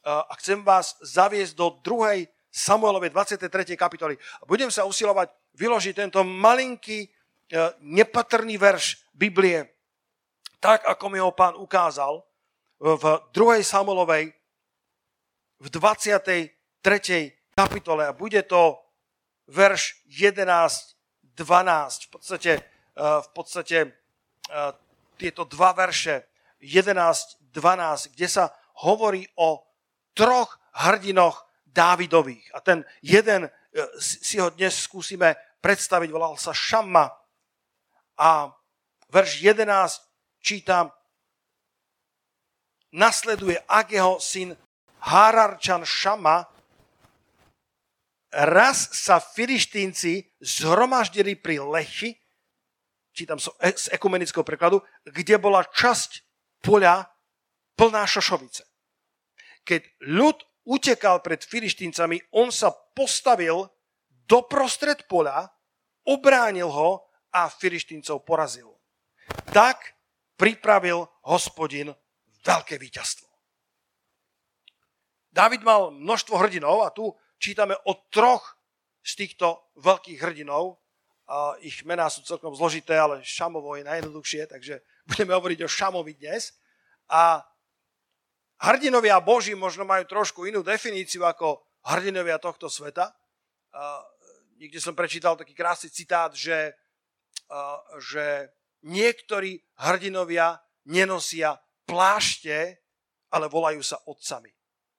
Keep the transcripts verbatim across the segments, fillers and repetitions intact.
a chcem vás zaviesť do druhej Samuelovej dvadsiatej tretej kapitoly. Budem sa usilovať vyložiť tento malinký, nepatrný verš Biblie, tak ako mi ho Pán ukázal v druhej Samuelovej v dvadsiatej tretej kapitole. A bude to verš jedenásť dvanásť. V podstate, v podstate tieto dva verše jedenásť dvanásť, kde sa hovorí o troch hrdinoch Dávidových. A ten jeden si ho dnes skúsime predstaviť, volal sa Šamma. A verš jedenásť čítam: Nasleduje Ageho syn Hárarčan Šamma. Raz sa Filištínci zhromaždili pri Lechi, čítam z ekumenického prekladu, kde bola časť poľa plná šošovice. Keď ľud utekal pred Filištíncami, on sa postavil doprostred poľa, obránil ho a Filištíncov porazil. Tak pripravil Hospodin veľké víťazstvo. Dávid mal množstvo hrdinov a tu čítame o troch z týchto veľkých hrdinov. A ich mená sú celkom zložité, ale Šamovo je najjednoduchšie, takže budeme hovoriť o Šamovi dnes. A hrdinovia Boží možno majú trošku inú definíciu ako hrdinovia tohto sveta. A niekde som prečítal taký krásny citát, že, a, že niektorí hrdinovia nenosia plášte, ale volajú sa otcami.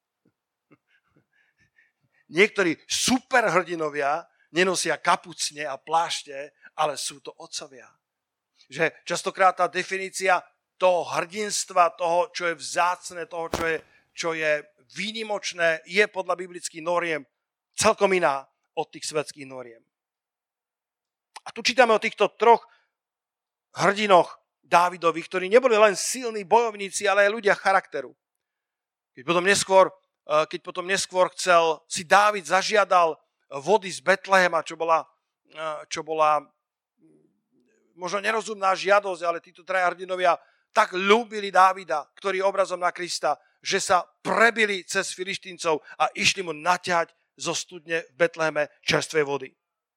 Niektorí superhrdinovia nenosia kapucne a plášte, ale sú to otcovia. Že častokrát tá definícia toho hrdinstva, toho, čo je vzácne, toho, čo je, čo je výnimočné, je podľa biblických noriem celkom iná od tých svetských noriem. A tu čítame o týchto troch hrdinoch Dávidových, ktorí neboli len silní bojovníci, ale aj ľudia charakteru. Keď potom neskôr, keď potom neskôr chcel, si Dávid zažiadal vody z Betlehema, čo bola, čo bola možno nerozumná žiadosť, ale títo traja hrdinovia tak ľúbili Dávida, ktorý je obrazom na Krista, že sa prebili cez Filištíncov a išli mu naťahať zo studne v Betleheme čerstvej vody.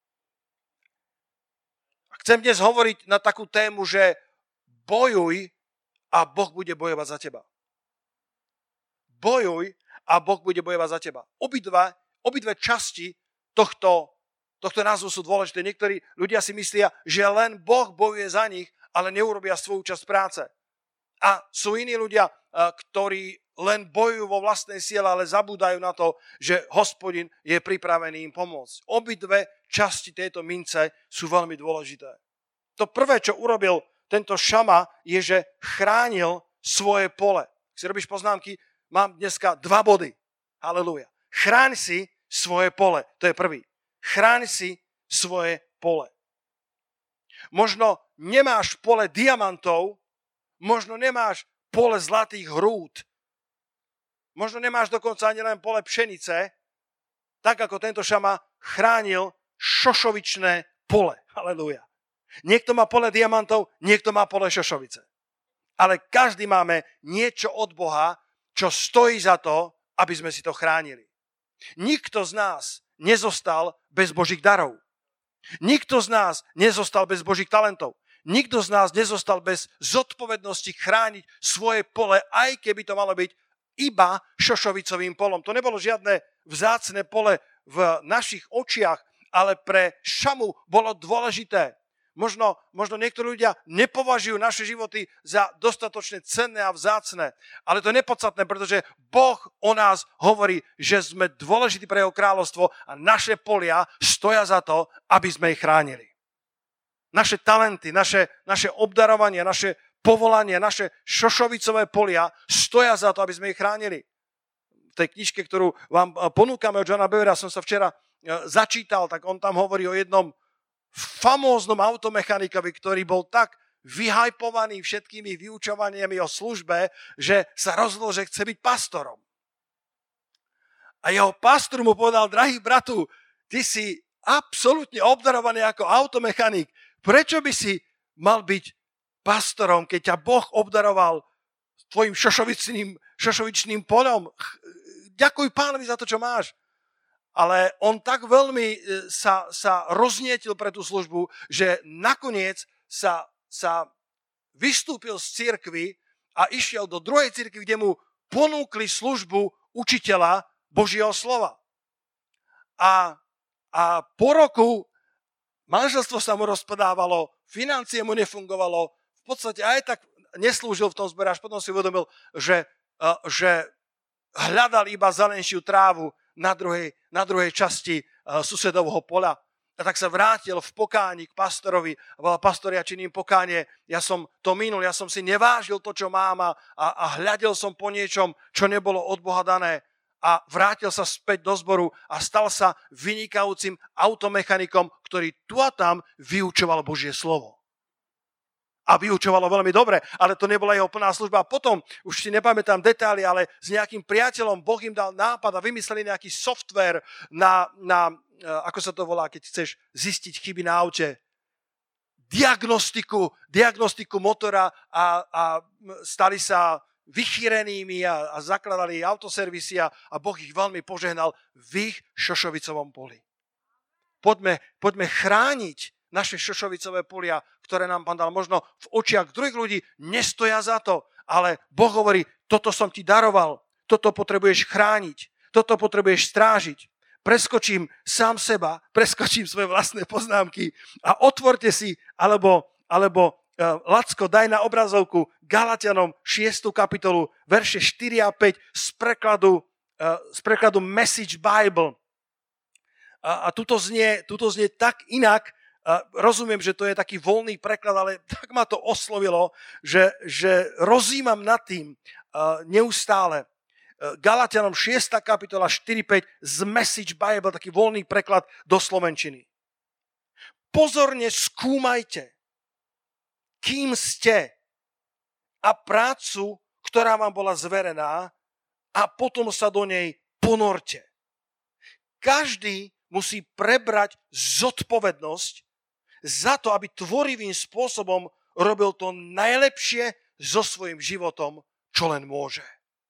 A chcem dnes hovoriť na takú tému, že bojuj a Boh bude bojovať za teba. Bojuj a Boh bude bojovať za teba. Obidva, obidve časti tohto, tohto názvu sú dôležité. Niektorí ľudia si myslia, že len Boh bojuje za nich, ale neurobia svoju časť práce. A sú iní ľudia, ktorí len bojujú vo vlastnej siele, ale zabúdajú na to, že Hospodin je pripravený im pomôcť. Obidve časti tejto mince sú veľmi dôležité. To prvé, čo urobil tento Šama, je, že chránil svoje pole. Ak si robíš poznámky, mám dneska dva body. Halelúja. Chráň si svoje pole. To je prvý. Chráň si svoje pole. Možno nemáš pole diamantov, možno nemáš pole zlatých hrúd, možno nemáš dokonca ani len pole pšenice, tak ako tento Šama chránil šošovičné pole. Halelúja. Niekto má pole diamantov, niekto má pole šošovice. Ale každý máme niečo od Boha, čo stojí za to, aby sme si to chránili. Nikto z nás nezostal bez Božích darov. Nikto z nás nezostal bez Božích talentov. Nikto z nás nezostal bez zodpovednosti chrániť svoje pole, aj keby to malo byť iba šošovicovým polom. To nebolo žiadne vzácne pole v našich očiach, ale pre Šamu bolo dôležité. Možno, možno niektorí ľudia nepovažujú naše životy za dostatočne cenné a vzácne, ale to je nepodstatné, pretože Boh o nás hovorí, že sme dôležití pre jeho kráľovstvo a naše polia stoja za to, aby sme ich chránili. Naše talenty, naše, naše obdarovanie, naše povolanie, naše šošovicové polia stoja za to, aby sme ich chránili. V tej knižke, ktorú vám ponúkame od Johna Bevera, som sa včera začítal, tak on tam hovorí o jednom famóznom automechanikovi, ktorý bol tak vyhajpovaný všetkými vyučovaniami o službe, že sa rozhodol, že chce byť pastorom. A jeho pastor mu povedal: drahý bratu, ty si absolútne obdarovaný ako automechanik. Prečo by si mal byť pastorom, keď ťa Boh obdaroval tvojim šošovičným, šošovičným polom, ďakuj Pánovi za to, čo máš. Ale on tak veľmi sa, sa roznietil pre tú službu, že nakoniec sa, sa vystúpil z cirkvi a išiel do druhej cirkvi, kde mu ponúkli službu učiteľa Božieho slova. A, a po roku manželstvo sa mu rozpadávalo, financie mu nefungovalo, v podstate aj tak neslúžil v tom zbore, až potom si uvedomil, že, že hľadal iba zelenšiu trávu na druhej, na druhej časti susedovho poľa. A tak sa vrátil v pokáni k pastorovi a povedal: pastor, ja činím pokánie, ja som to minul, ja som si nevážil to, čo mám a, a hľadel som po niečom, čo nebolo od Boha dané. A vrátil sa späť do zboru a stal sa vynikajúcim automechanikom, ktorý tu a tam vyučoval Božie slovo. A vyučovalo veľmi dobre, ale to nebola jeho plná služba. A potom, už si nepamätám detaily, ale s nejakým priateľom Boh im dal nápad a vymysleli nejaký software na, na, ako sa to volá, keď chceš zistiť chyby na aute, diagnostiku, diagnostiku motora a, a stali sa vychýrenými a, a zakladali autoservisy a, a Boh ich veľmi požehnal v ich šošovicovom poli. Poďme, poďme chrániť naše šošovicové polia, ktoré nám Pán dal. Možno v očiach druhých ľudí nestoja za to, ale Boh hovorí: toto som ti daroval, toto potrebuješ chrániť, toto potrebuješ strážiť. Preskočím sám seba, preskočím svoje vlastné poznámky a otvorte si, alebo, alebo uh, Lacko, daj na obrazovku Galatianom šiestej kapitolu, verše štyri a päť z prekladu, uh, z prekladu Message Bible. A, a tuto znie, tuto znie tak inak. Uh, rozumiem, že to je taký voľný preklad, ale tak ma to oslovilo, že, že rozímam nad tým uh, neustále. Uh, Galatianom šiestej kapitola štyri päť z Message Bible, taký voľný preklad do slovenčiny. Pozorne skúmajte, kým ste a prácu, ktorá vám bola zverená, a potom sa do nej ponorte. Každý musí prebrať zodpovednosť za to, aby tvorivým spôsobom robil to najlepšie so svojím životom, čo len môže.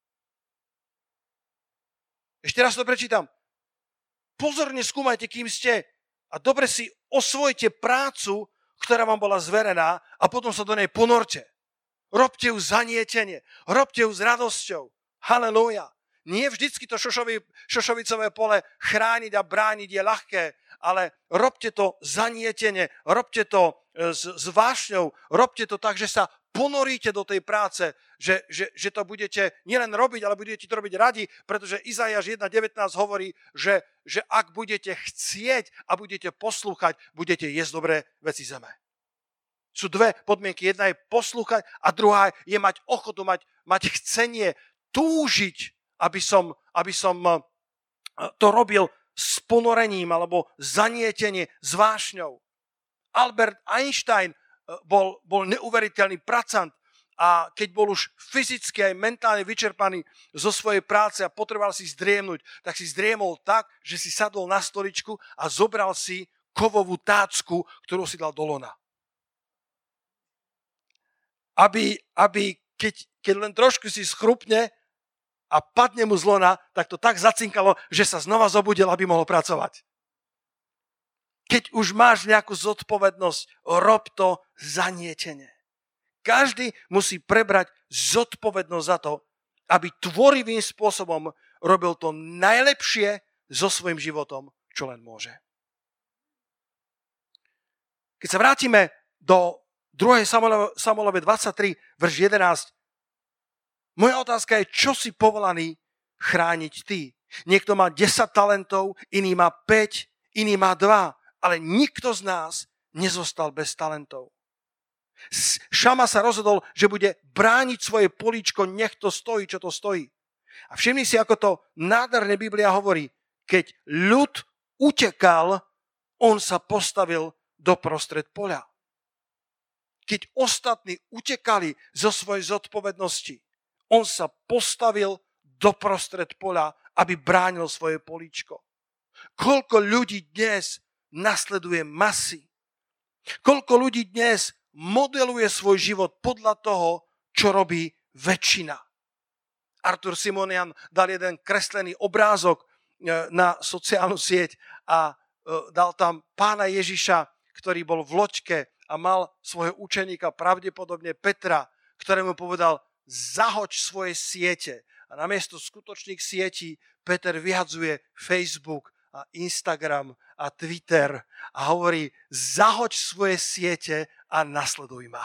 Ešte raz to prečítam. Pozorne skúmajte, kým ste, a dobre si osvojte prácu, ktorá vám bola zverená, a potom sa do nej ponorte. Robte ju zanietenie, robte ju s radosťou. Halelúja. Nie vždycky to šošovi, šošovicové pole chrániť a brániť je ľahké, ale robte to zanietene, robte to s, s vášňou, robte to tak, že sa ponoríte do tej práce, že, že, že to budete nielen robiť, ale budete to robiť radi, pretože Izaiáš jedna devätnásť hovorí, že, že ak budete chcieť a budete poslúchať, budete jesť dobré veci zeme. Sú dve podmienky. Jedna je poslúchať a druhá je mať ochotu, mať, mať chcenie, túžiť, aby som, aby som to robil s ponorením alebo zanietenie, s vášňou. Albert Einstein bol, bol neuveriteľný pracant a keď bol už fyzicky aj mentálne vyčerpaný zo svojej práce a potreboval si zdriemnúť, tak si zdriemol tak, že si sadol na stoličku a zobral si kovovú tácku, ktorú si dal do lona. Aby, aby keď, keď len trošku si schrupne a padne mu z lona, tak to tak zacinkalo, že sa znova zobudil, aby mohol pracovať. Keď už máš nejakú zodpovednosť, rob to zanietene. Každý musí prebrať zodpovednosť za to, aby tvorivým spôsobom robil to najlepšie so svojím životom, čo len môže. Keď sa vrátime do druhej Samuelovej dvadsaťtri, verš jedenásť, moja otázka je, čo si povolaný chrániť ty? Niekto má desať talentov, iný má päť, iný má dva, ale nikto z nás nezostal bez talentov. Šama sa rozhodol, že bude brániť svoje políčko, nech to stojí, čo to stojí. A všimni si, ako to nádherne Biblia hovorí, keď ľud utekal, on sa postavil doprostred poľa. Keď ostatní utekali zo svojej zodpovednosti, on sa postavil doprostred poľa, aby bránil svoje políčko. Koľko ľudí dnes nasleduje masy. Koľko ľudí dnes modeluje svoj život podľa toho, čo robí väčšina. Artur Simonian dal jeden kreslený obrázok na sociálnu sieť a dal tam pána Ježiša, ktorý bol v loďke a mal svojho učeníka, pravdepodobne Petra, ktorému povedal, zahoď svoje siete. A namiesto skutočných sietí Peter vyhadzuje Facebook a Instagram a Twitter a hovorí, zahoď svoje siete a nasleduj ma.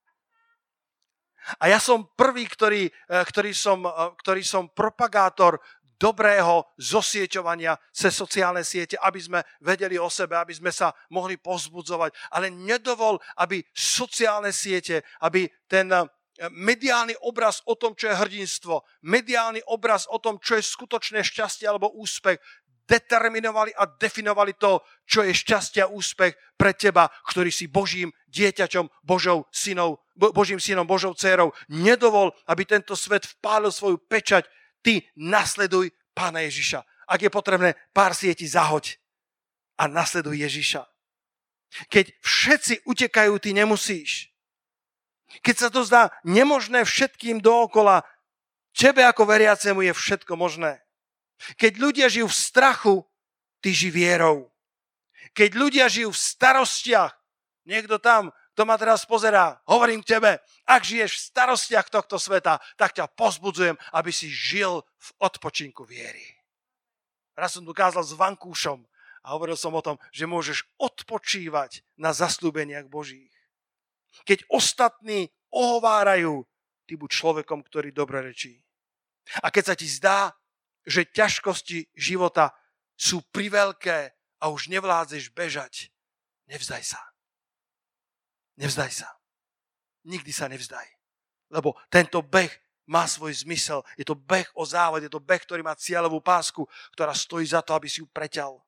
A ja som prvý, ktorý, ktorý, som, ktorý som propagátor dobrého zosieťovania cez sociálne siete, aby sme vedeli o sebe, aby sme sa mohli povzbudzovať. Ale nedovol, aby sociálne siete, aby ten mediálny obraz o tom, čo je hrdinstvo, mediálny obraz o tom, čo je skutočné šťastie alebo úspech, determinovali a definovali to, čo je šťastie a úspech pre teba, ktorý si Božím dieťaťom, Božou synou, Božím synom, Božou dcérou. Nedovol, aby tento svet vpálil svoju pečať. Ty nasleduj Pána Ježiša. Ak je potrebné, pár sietí zahoď a nasleduj Ježiša. Keď všetci utekajú, ty nemusíš. Keď sa to zdá nemožné všetkým dookola, tebe ako veriacemu je všetko možné. Keď ľudia žijú v strachu, ty ži vierou. Keď ľudia žijú v starostiach, niekto tam, kto ma teraz pozerá, hovorím k tebe, ak žiješ v starostiach tohto sveta, tak ťa pozbudzujem, aby si žil v odpočinku viery. Raz som tu kázal s vankúšom a hovoril som o tom, že môžeš odpočívať na zasľúbeniach Božích. Keď ostatní ohovárajú, ty buď človekom, ktorý dobre rečí. A keď sa ti zdá, že ťažkosti života sú priveľké a už nevládzeš bežať, nevzdaj sa. Nevzdaj sa. Nikdy sa nevzdaj. Lebo tento beh má svoj zmysel. Je to beh o závod, je to beh, ktorý má cieľovú pásku, ktorá stojí za to, aby si ju preťal.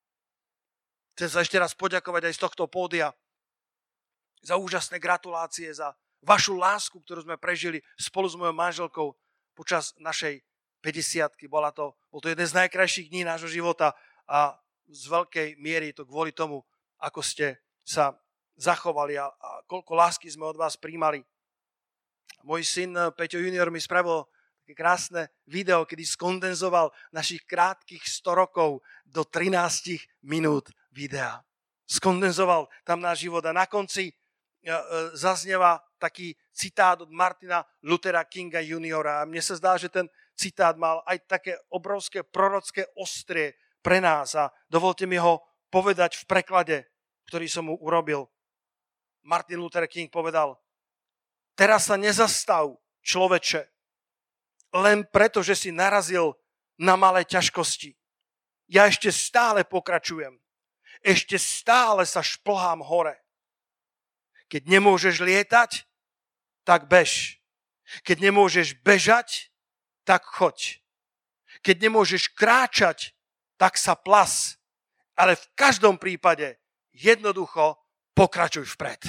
Chcem sa ešte raz poďakovať aj z tohto pódia za úžasné gratulácie, za vašu lásku, ktorú sme prežili spolu s mojou manželkou počas našej päťdesiatky. Bola to, bol to jeden z najkrajších dní nášho života a z veľkej miery to kvôli tomu, ako ste sa zachovali a, a koľko lásky sme od vás príjmali. Môj syn Peťo junior mi spravil také krásne video, kedy skondenzoval našich krátkych sto rokov do trinásť minút videa. Skondenzoval tam náš život a na konci zaznieva taký citát od Martina Luthera Kinga juniora. A mne sa zdá, že ten citát mal aj také obrovské prorocké ostrie pre nás a dovolte mi ho povedať v preklade, ktorý som mu urobil. Martin Luther King povedal, teraz sa nezastav, človeče, len preto, že si narazil na malé ťažkosti. Ja ešte stále pokračujem. Ešte stále sa šplhám hore. Keď nemôžeš lietať, tak bež. Keď nemôžeš bežať, tak choď. Keď nemôžeš kráčať, tak sa plas. Ale v každom prípade jednoducho pokračuj vpred.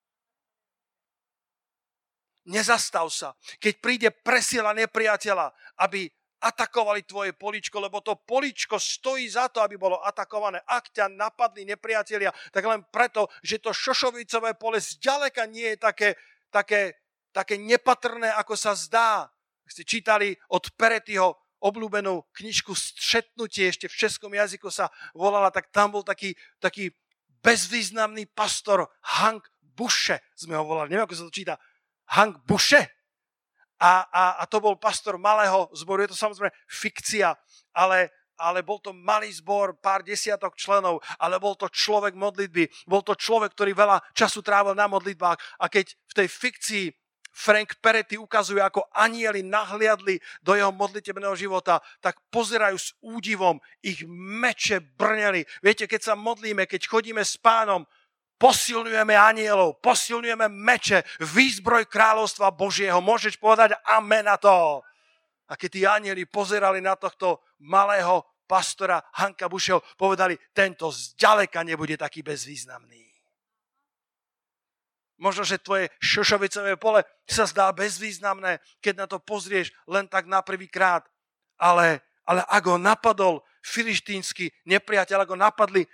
Nezastav sa. Keď príde presiela nepriateľa, aby atakovali tvoje políčko, lebo to políčko stojí za to, aby bolo atakované. Ak ťa napadli nepriatelia, tak len preto, že to šošovicové pole zďaleka nie je také, také, také nepatrné, ako sa zdá. Ste čítali od Perettiho obľúbenú knižku Střetnutie, ešte v českom jazyku sa volala, tak tam bol taký, taký bezvýznamný pastor Hank Buše, sme ho volali, neviem, ako sa to číta, Hank Buše. A, a, a to bol pastor malého zboru, je to samozrejme fikcia, ale, ale bol to malý zbor, pár desiatok členov, ale bol to človek modlitby, bol to človek, ktorý veľa času trávil na modlitbách a keď v tej fikcii Frank Peretti ukazuje, ako anjeli nahliadli do jeho modlitebného života, tak pozerajú s údivom, ich meče brneli. Viete, keď sa modlíme, keď chodíme s Pánom, posilňujeme anjelov, posilňujeme meče, výzbroj kráľovstva Božieho. Môžeš povedať amen na to. A keď tí anjeli pozerali na tohto malého pastora Hanka Bušeho, povedali, tento zďaleka nebude taký bezvýznamný. Možno, že tvoje šošovicové pole sa zdá bezvýznamné, keď na to pozrieš len tak na prvý krát. Ale, ale ak ho napadol filištínsky nepriateľ, ak ho napadli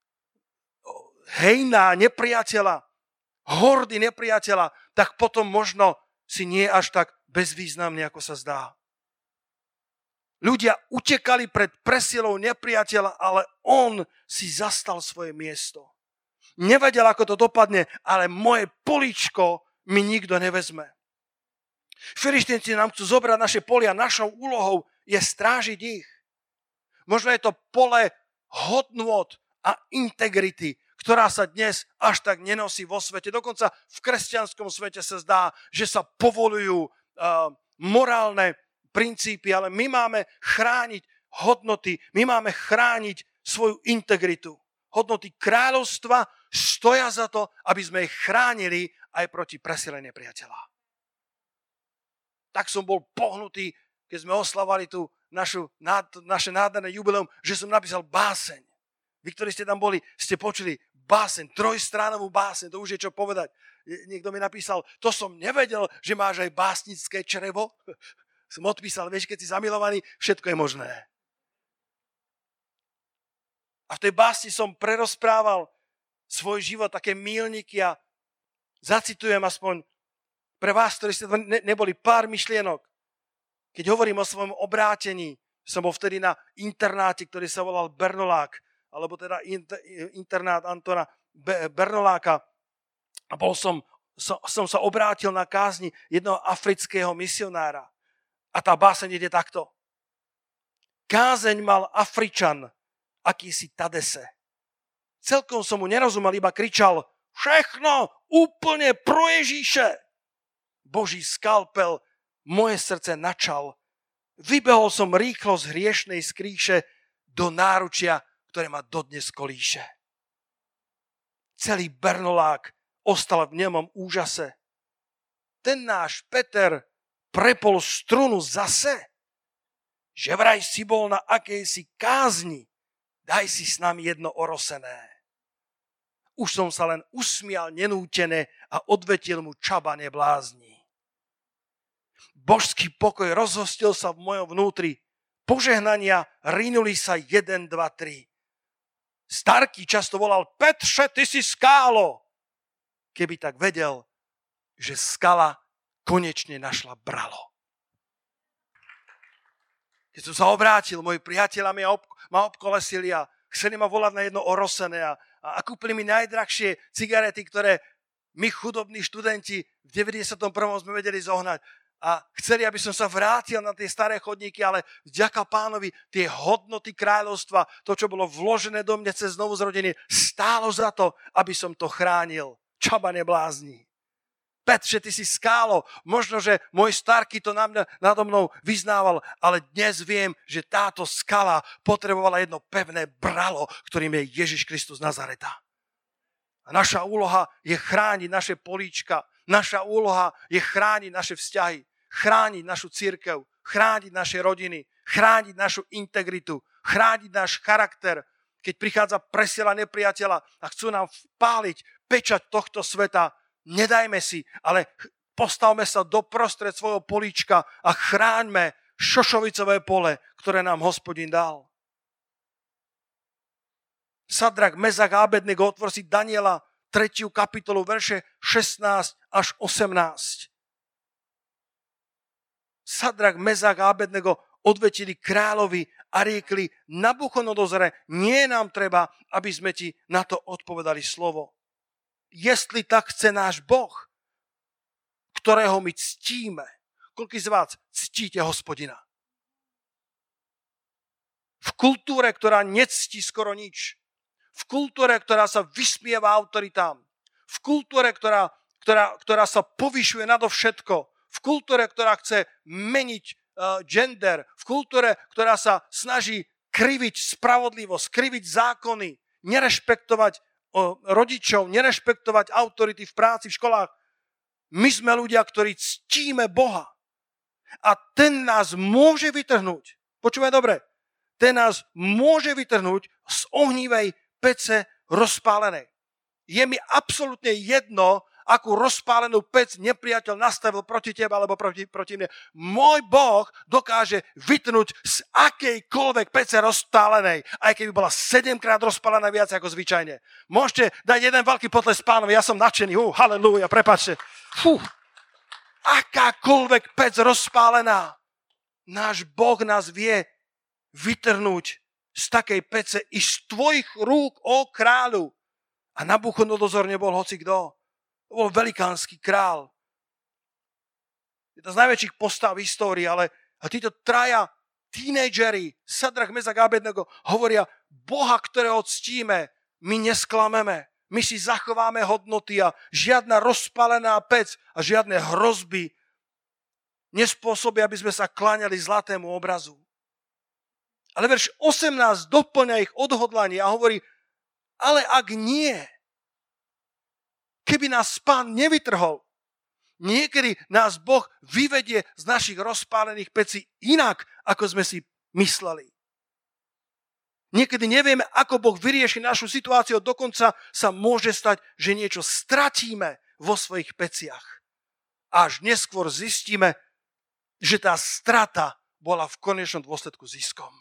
hejná nepriateľa, hordy nepriateľa, tak potom možno si nie až tak bezvýznamný, ako sa zdá. Ľudia utekali pred presilou nepriateľa, ale on si zastal svoje miesto. Nevedel, ako to dopadne, ale moje políčko mi nikto nevezme. Filištínci nám chcú zobrať naše polia, našou úlohou je strážiť ich. Možno je to pole hodnôt a integrity, ktorá sa dnes až tak nenosí vo svete. Dokonca v kresťanskom svete sa zdá, že sa povolujú uh, morálne princípy, ale my máme chrániť hodnoty, my máme chrániť svoju integritu. Hodnoty kráľovstva stoja za to, aby sme ich chránili aj proti presile nepriateľa. Tak som bol pohnutý, keď sme oslavovali tu našu, naše nádherné jubileum, že som napísal báseň. Vy, ktorí ste tam boli, ste počuli báseň, trojstránovú báseň, to už je čo povedať. Niekto mi napísal, to som nevedel, že máš aj básnické črevo. Som odpísal, vieš, keď si zamilovaný, všetko je možné. A v tej básni som prerozprával svoj život, také míľniky a zacitujem aspoň pre vás, ktorí ste ne, neboli, pár myšlienok. Keď hovorím o svojom obrátení, som bol vtedy na internáte, ktorý sa volal Bernolák, alebo teda internát Antona Bernoláka. A bol som, som, som sa obrátil na kázni jednoho afrického misionára. A tá báseň ide takto. Kázeň mal Afričan, akýsi Tadese. Celkom som mu nerozumel, iba kričal všechno úplne pro Ježíše. Boží skalpel moje srdce načal. Vybehol som rýchlo z hriešnej skríše do náručia, ktoré ma dodnes kolíše. Celý Bernolák ostal v nemom úžase. Ten náš Peter prepol strunu zase, že vraj si bol na akejsi kázni, daj si s nami jedno orosené. Už som sa len usmial nenútené a odvetil mu čaba neblázni. Božský pokoj rozhostil sa v mojom vnútri, požehnania rinuli sa jeden, dva, tri. Starký často volal, Petře, ty si skálo. Keby tak vedel, že skala konečne našla bralo. Keď som sa obrátil, moji priatelia ma, ob, ma obkolesili a chceli ma volať na jedno orosené a, a kúpili mi najdrahšie cigarety, ktoré my chudobní študenti v deväťdesiatom prvom sme vedeli zohnať. A chceli, aby som sa vrátil na tie staré chodníky, ale vďaka Pánovi tie hodnoty kráľovstva, to, čo bolo vložené do mňa cez znovuzrodenie, stálo za to, aby som to chránil. Čaba neblázni. Petře, ty si skálo. Možno, že môj starky to na mňa, nado mnou vyznával, ale dnes viem, že táto skala potrebovala jedno pevné bralo, ktorým je Ježiš Kristus Nazareta. A naša úloha je chrániť naše políčka. Naša úloha je chrániť naše vzťahy. Chrániť našu cirkev, chrániť naše rodiny, chrániť našu integritu, chrániť náš charakter. Keď prichádza presila nepriateľa a chcú nám vpáliť pečať tohto sveta, nedajme si, ale postavme sa doprostred svojho políčka a chráňme šošovicové pole, ktoré nám Hospodin dal. Sadrak, Mezak a Abednego, otvor si Daniela tretiu kapitolu, verše šestnásť až osemnásť. Sadrak, Mezak a Abednego odvetili kráľovi a riekli, Nabuchodonozore, nie nám treba, aby sme ti na to odpovedali slovo. Jestli tak chce náš Boh, ktorého my ctíme. Koľký z vás ctíte Hospodina? V kultúre, ktorá nectí skoro nič. V kultúre, ktorá sa vysmieva autoritám. V kultúre, ktorá, ktorá, ktorá sa povyšuje nadovšetko. V kultúre, ktorá chce meniť uh, gender. V kultúre, ktorá sa snaží kriviť spravodlivosť, kriviť zákony, nerešpektovať uh, rodičov, nerešpektovať autority v práci, v školách. My sme ľudia, ktorí ctíme Boha. A ten nás môže vytrhnúť. Počúvaj dobre. Ten nás môže vytrhnúť z ohnívej pece rozpálenej. Je mi absolútne jedno, akú rozpálenú pec nepriateľ nastavil proti tebe alebo proti, proti mne. Môj Boh dokáže vytrhnúť z akejkoľvek pece rozpálenej, aj keby bola sedemkrát rozpálená viac ako zvyčajne. Môžete dať jeden veľký potles Pánovi, ja som nadšený, uh, halleluja, prepáčte. Fú, akákoľvek pec rozpálená, náš Boh nás vie vytrhnúť z takej pece i z tvojich rúk, ó kráľu. A Nabuchodonozor nebol hocikdo. To bol velikánsky král. Je to z najväčších postav v histórii, ale a títo traja tínedžeri, Sadrach, Mezach a Abednego, hovoria, Boha, ktorého ctíme, my nesklameme. My si zachováme hodnoty a žiadna rozpálená pec a žiadne hrozby nespôsobia, aby sme sa kláňali zlatému obrazu. Ale verš osemnásť doplňa ich odhodlanie a hovorí, ale ak nie, keby nás Pán nevytrhol, niekedy nás Boh vyvedie z našich rozpálených pecí inak, ako sme si mysleli. Niekedy nevieme, ako Boh vyrieši našu situáciu, dokonca sa môže stať, že niečo stratíme vo svojich peciach. Až neskôr zistíme, že tá strata bola v konečnom dôsledku ziskom.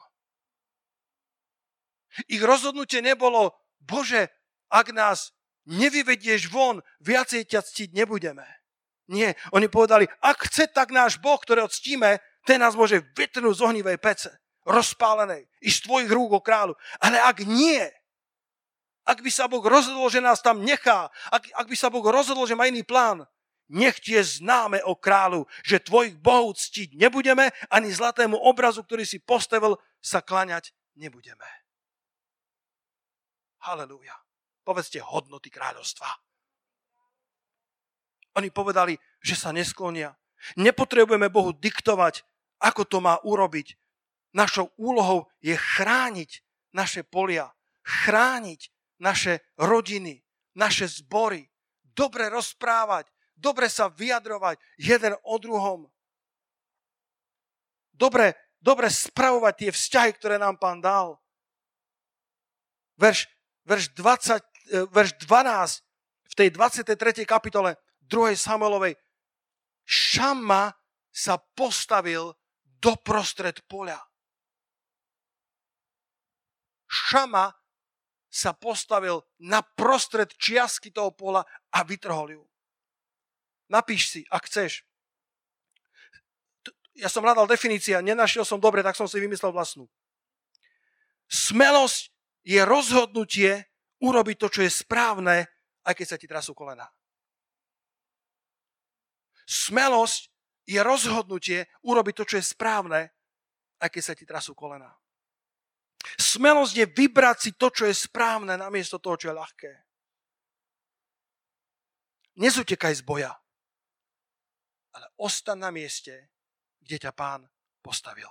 Ich rozhodnutie nebolo, Bože, ak nás nevyvedieš von, viacej ťa ctiť nebudeme. Nie, oni povedali, ak chce tak náš Boh, ktorého ctíme, ten nás môže vytrhnúť z ohnivej pece, rozpálenej, i z tvojich rúk, o kráľu. Ale ak nie, ak by sa Boh rozhodol, že nás tam nechá, ak, ak by sa Boh rozhodol, že má iný plán, nech ti je známe, o kráľu, že tvojich bohov ctiť nebudeme, ani zlatému obrazu, ktorý si postavil, sa klaňať nebudeme. Halelúja. Povedzte hodnoty kráľovstva. Oni povedali, že sa nesklonia. Nepotrebujeme Bohu diktovať, ako to má urobiť. Našou úlohou je chrániť naše polia, chrániť naše rodiny, naše zbory, dobre rozprávať, dobre sa vyjadrovať jeden o druhom. Dobre, dobre spravovať tie vzťahy, ktoré nám Pán dal. Verš, verš, dvadsať, verš dvanásť v tej dvadsiatej tretej kapitole druhej Samuelovej. Šamma sa postavil doprostred poľa. Šama sa postavil na prostred čiastky toho pola a vytrhol ju. Napíš si, ak chceš. Ja som hľadal definícia, nenašiel som dobre, tak som si vymyslel vlastnú. Smelosť je rozhodnutie urobiť to, čo je správne, aj keď sa ti trasú kolená. Smelosť je rozhodnutie urobiť to, čo je správne, aj keď sa ti trasú kolená. Smelosť je vybrať si to, čo je správne, namiesto toho, čo je ľahké. Nezutekaj z boja, ale ostaň na mieste, kde ťa Pán postavil.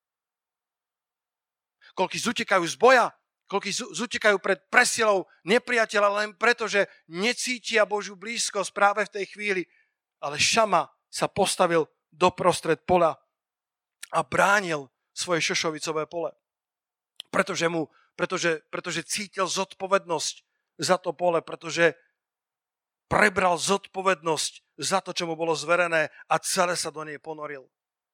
Koľkí zutekajú z boja, koľkí zutekajú pred presilou nepriateľa len preto, že necítia Božiu blízkosť práve v tej chvíli. Ale Šama sa postavil doprostred pola a bránil svoje šošovicové pole. Pretože, mu, pretože, pretože cítil zodpovednosť za to pole, pretože prebral zodpovednosť za to, čo mu bolo zverené a celé sa do nej ponoril.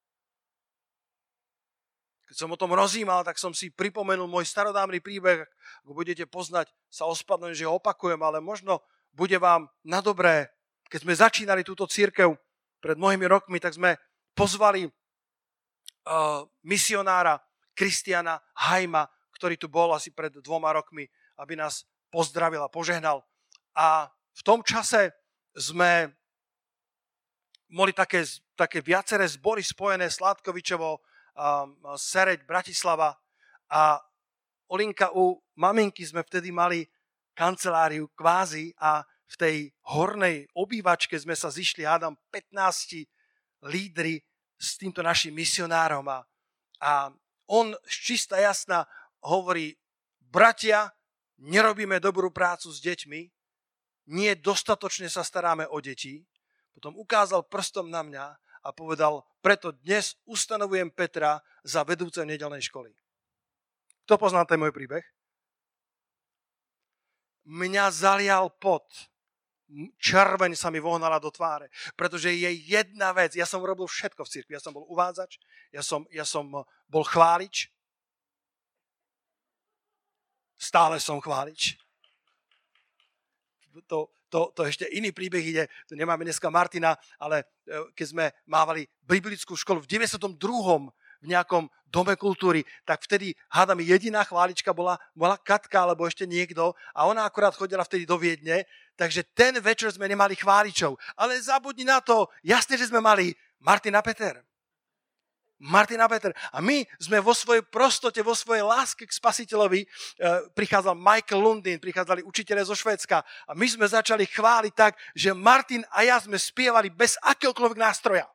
Keď som o tom rozímal, tak som si pripomenul môj starodávny príbeh. Ak budete poznať, sa ospadnem, že ho opakujem, ale možno bude vám na dobré. Keď sme začínali túto cirkev pred mnohými rokmi, tak sme pozvali uh, misionára Kristiana Hajma, ktorý tu bol asi pred dvoma rokmi, aby nás pozdravil a požehnal. A v tom čase sme mali také, také viaceré zbory spojené s Látkovičovo, um, Sereď, Bratislava. A Olinka, u maminky sme vtedy mali kanceláriu kvázi a v tej hornej obývačke sme sa zišli, hádam, pätnásť lídri s týmto našim misionárom. A, a on čista jasná hovorí, bratia, nerobíme dobrú prácu s deťmi, nie dostatočne sa staráme o deti. Potom ukázal prstom na mňa a povedal, preto dnes ustanovujem Petra za vedúceho nedeľnej školy. Kto pozná ten môj príbeh? Mňa zalial pot. Červeň sa mi vohnala do tváre, pretože je jedna vec. Ja som robil všetko v cirkvi. Ja som bol uvádzač, ja som, ja som bol chválič. Stále som chválič. To, to, to ešte iný príbeh ide. Tu nemáme dneska Martina, ale keď sme mávali biblickú školu v deväťdesiatom druhom v nejakom dome kultúry, tak vtedy, hádam, jediná chválička bola, bola Katka alebo ešte niekto a ona akurát chodila vtedy do Viedne, takže ten večer sme nemali chváličov. Ale zabudni na to, jasne, že sme mali Martin a Peter. Martin a Peter. A my sme vo svojej prostote, vo svojej láske k Spasiteľovi, e, prichádzal Michael Lundin, prichádzali učiteľe zo Švédska a my sme začali chváliť tak, že Martin a ja sme spievali bez akéhokoľvek nástroja.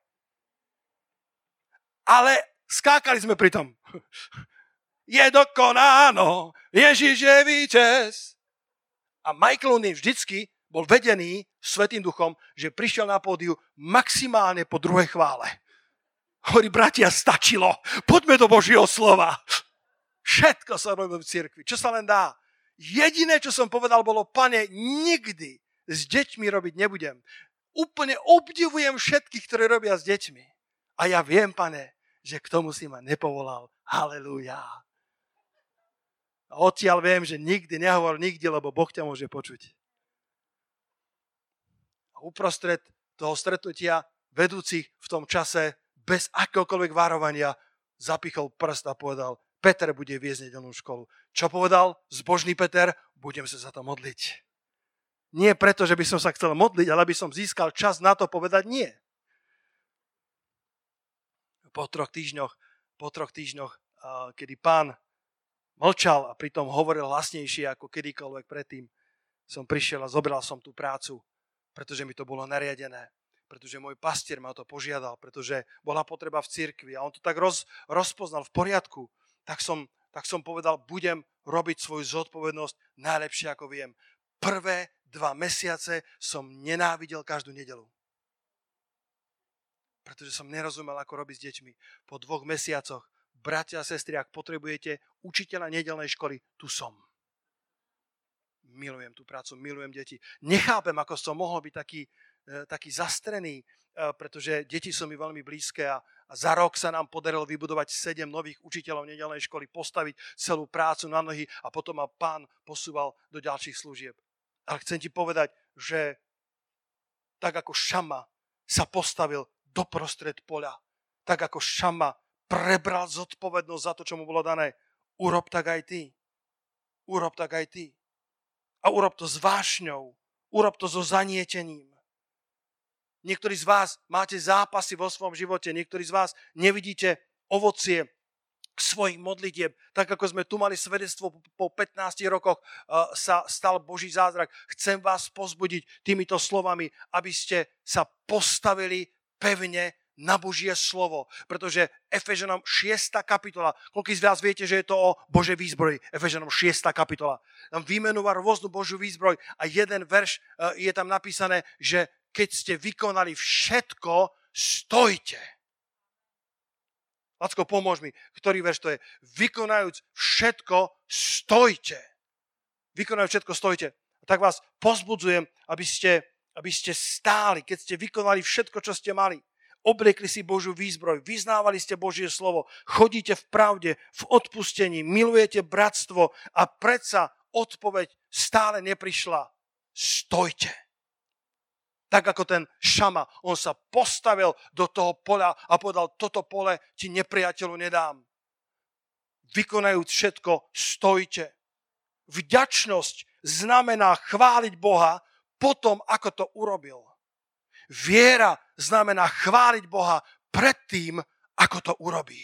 Ale skákali sme pri tom. Je dokonáno, Ježiš je víťaz. A Michael Lundin vždycky bol vedený Svätým Duchom, že prišiel na pódiu maximálne po druhej chvále. Hovorí, bratia, stačilo. Poďme do Božieho slova. Všetko sa robí v cirkvi. Čo sa len dá. Jediné, čo som povedal, bolo, Pane, nikdy s deťmi robiť nebudem. Úplne obdivujem všetkých, ktorí robia s deťmi. A ja viem, Pane, že k tomu si ma nepovolal. Halelúja. A odtiaľ viem, že nikdy nehovor nikdy, lebo Boh ťa môže počuť. A uprostred toho stretnutia vedúcich v tom čase bez akéhokoľvek varovania zapichol prst a povedal, Peter bude viesť nedeľnú školu. Čo povedal zbožný Peter? Budem sa za to modliť. Nie preto, že by som sa chcel modliť, ale aby som získal čas na to povedať nie. Po troch týždňoch, po troch týždňoch, kedy pán mlčal a pritom hovoril hlasnejšie ako kedykoľvek predtým, som prišiel a zobral som tú prácu, pretože mi to bolo nariadené. Pretože môj pastier ma to požiadal, pretože bola potreba v cirkvi a on to tak roz, rozpoznal v poriadku, tak som, tak som povedal, budem robiť svoju zodpovednosť najlepšie, ako viem. Prvé dva mesiace som nenávidel každú nedeľu. Pretože som nerozumel, ako robiť s deťmi. Po dvoch mesiacoch, bratia a sestry, ak potrebujete učiteľa nedeľnej školy, tu som. Milujem tú prácu, milujem deti. Nechápem, ako som mohol byť taký taký zastrený, pretože deti sú mi veľmi blízke a, a za rok sa nám podarilo vybudovať sedem nových učiteľov nedeľnej školy, postaviť celú prácu na nohy a potom ma pán posúval do ďalších služieb. Ale chcem ti povedať, že tak ako Šama sa postavil doprostred poľa, tak ako Šama prebral zodpovednosť za to, čo mu bolo dané, urob tak aj ty. Urob tak aj ty. A urob to s vášňou. Urob to so zanietením. Niektorí z vás máte zápasy vo svojom živote, niektorí z vás nevidíte ovocie svojich modlitieb. Tak ako sme tu mali svedectvo po pätnástich rokoch sa stal Boží zázrak. Chcem vás pozbudiť týmito slovami, aby ste sa postavili pevne na Božie slovo. Pretože Efežanom šiesta kapitola, koľký z vás viete, že je to o Božej výzbroji? Efežanom šiesta kapitola. Tam vymenúva rôznu Božiu výzbroj a jeden verš je tam napísané, že keď ste vykonali všetko, stojte. Lacko, pomôž mi. Ktorý verš to je? Vykonajúc všetko, stojte. Vykonajúc všetko, stojte. A tak vás pozbudzujem, aby ste, aby ste stáli, keď ste vykonali všetko, čo ste mali. Obliekli si Božiu výzbroj, vyznávali ste Božie slovo, chodíte v pravde, v odpustení, milujete bratstvo a predsa odpoveď stále neprišla. Stojte. Tak ako ten Šama, on sa postavil do toho poľa a povedal, toto pole ti nepriateľu nedám. Vykonajúc všetko, stojte. Vďačnosť znamená chváliť Boha potom, ako to urobil. Viera znamená chváliť Boha predtým, ako to urobí.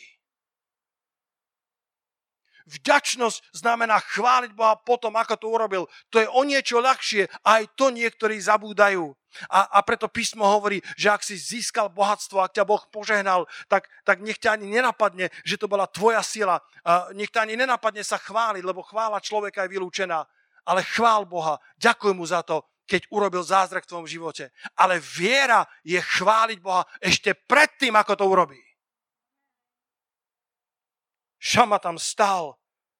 Vďačnosť znamená chváliť Boha potom, ako to urobil. To je o niečo ľahšie, aj to niektorí zabúdajú. A, a preto písmo hovorí, že ak si získal bohatstvo, ak ťa Boh požehnal, tak, tak nech ťa ani nenapadne, že to bola tvoja sila. A nech ťa ani nenapadne sa chváliť, lebo chvála človeka je vylúčená. Ale chvál Boha, ďakuj mu za to, keď urobil zázrak v tvojom živote. Ale viera je chváliť Boha ešte predtým, ako to urobí. Šama tam stál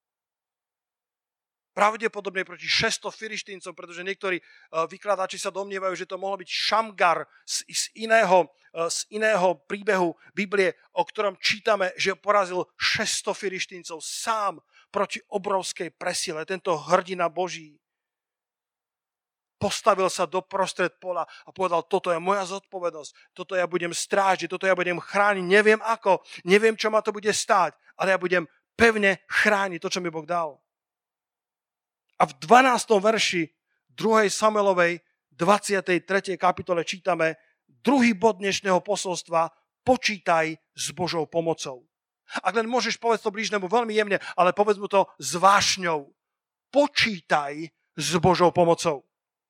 pravdepodobne proti šesťsto Filištíncov, pretože niektorí vykladači sa domnievajú, že to mohol byť Šamgar z, z, iného, z iného príbehu Biblie, o ktorom čítame, že porazil šesťsto Filištíncov sám proti obrovskej presile. Tento hrdina Boží. Postavil sa do prostred pola a povedal, toto je moja zodpovednosť, toto ja budem strážiť, toto ja budem chrániť, neviem ako, neviem, čo ma to bude stáť, ale ja budem pevne chrániť to, čo mi Boh dal. A v dvanástom verši druhej Samuelovej dvadsiatej tretej kapitole čítame druhý bod dnešného posolstva, počítaj s Božou pomocou. Ak len môžeš povedať to blížnemu veľmi jemne, ale povedz mu to s vášňou. Počítaj s Božou pomocou.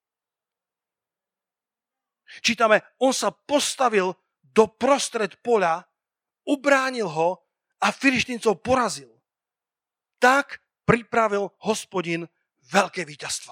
Čítame, on sa postavil do prostred poľa, ubránil ho a Filištíncov porazil. Tak pripravil Hospodin veľké víťazstvo.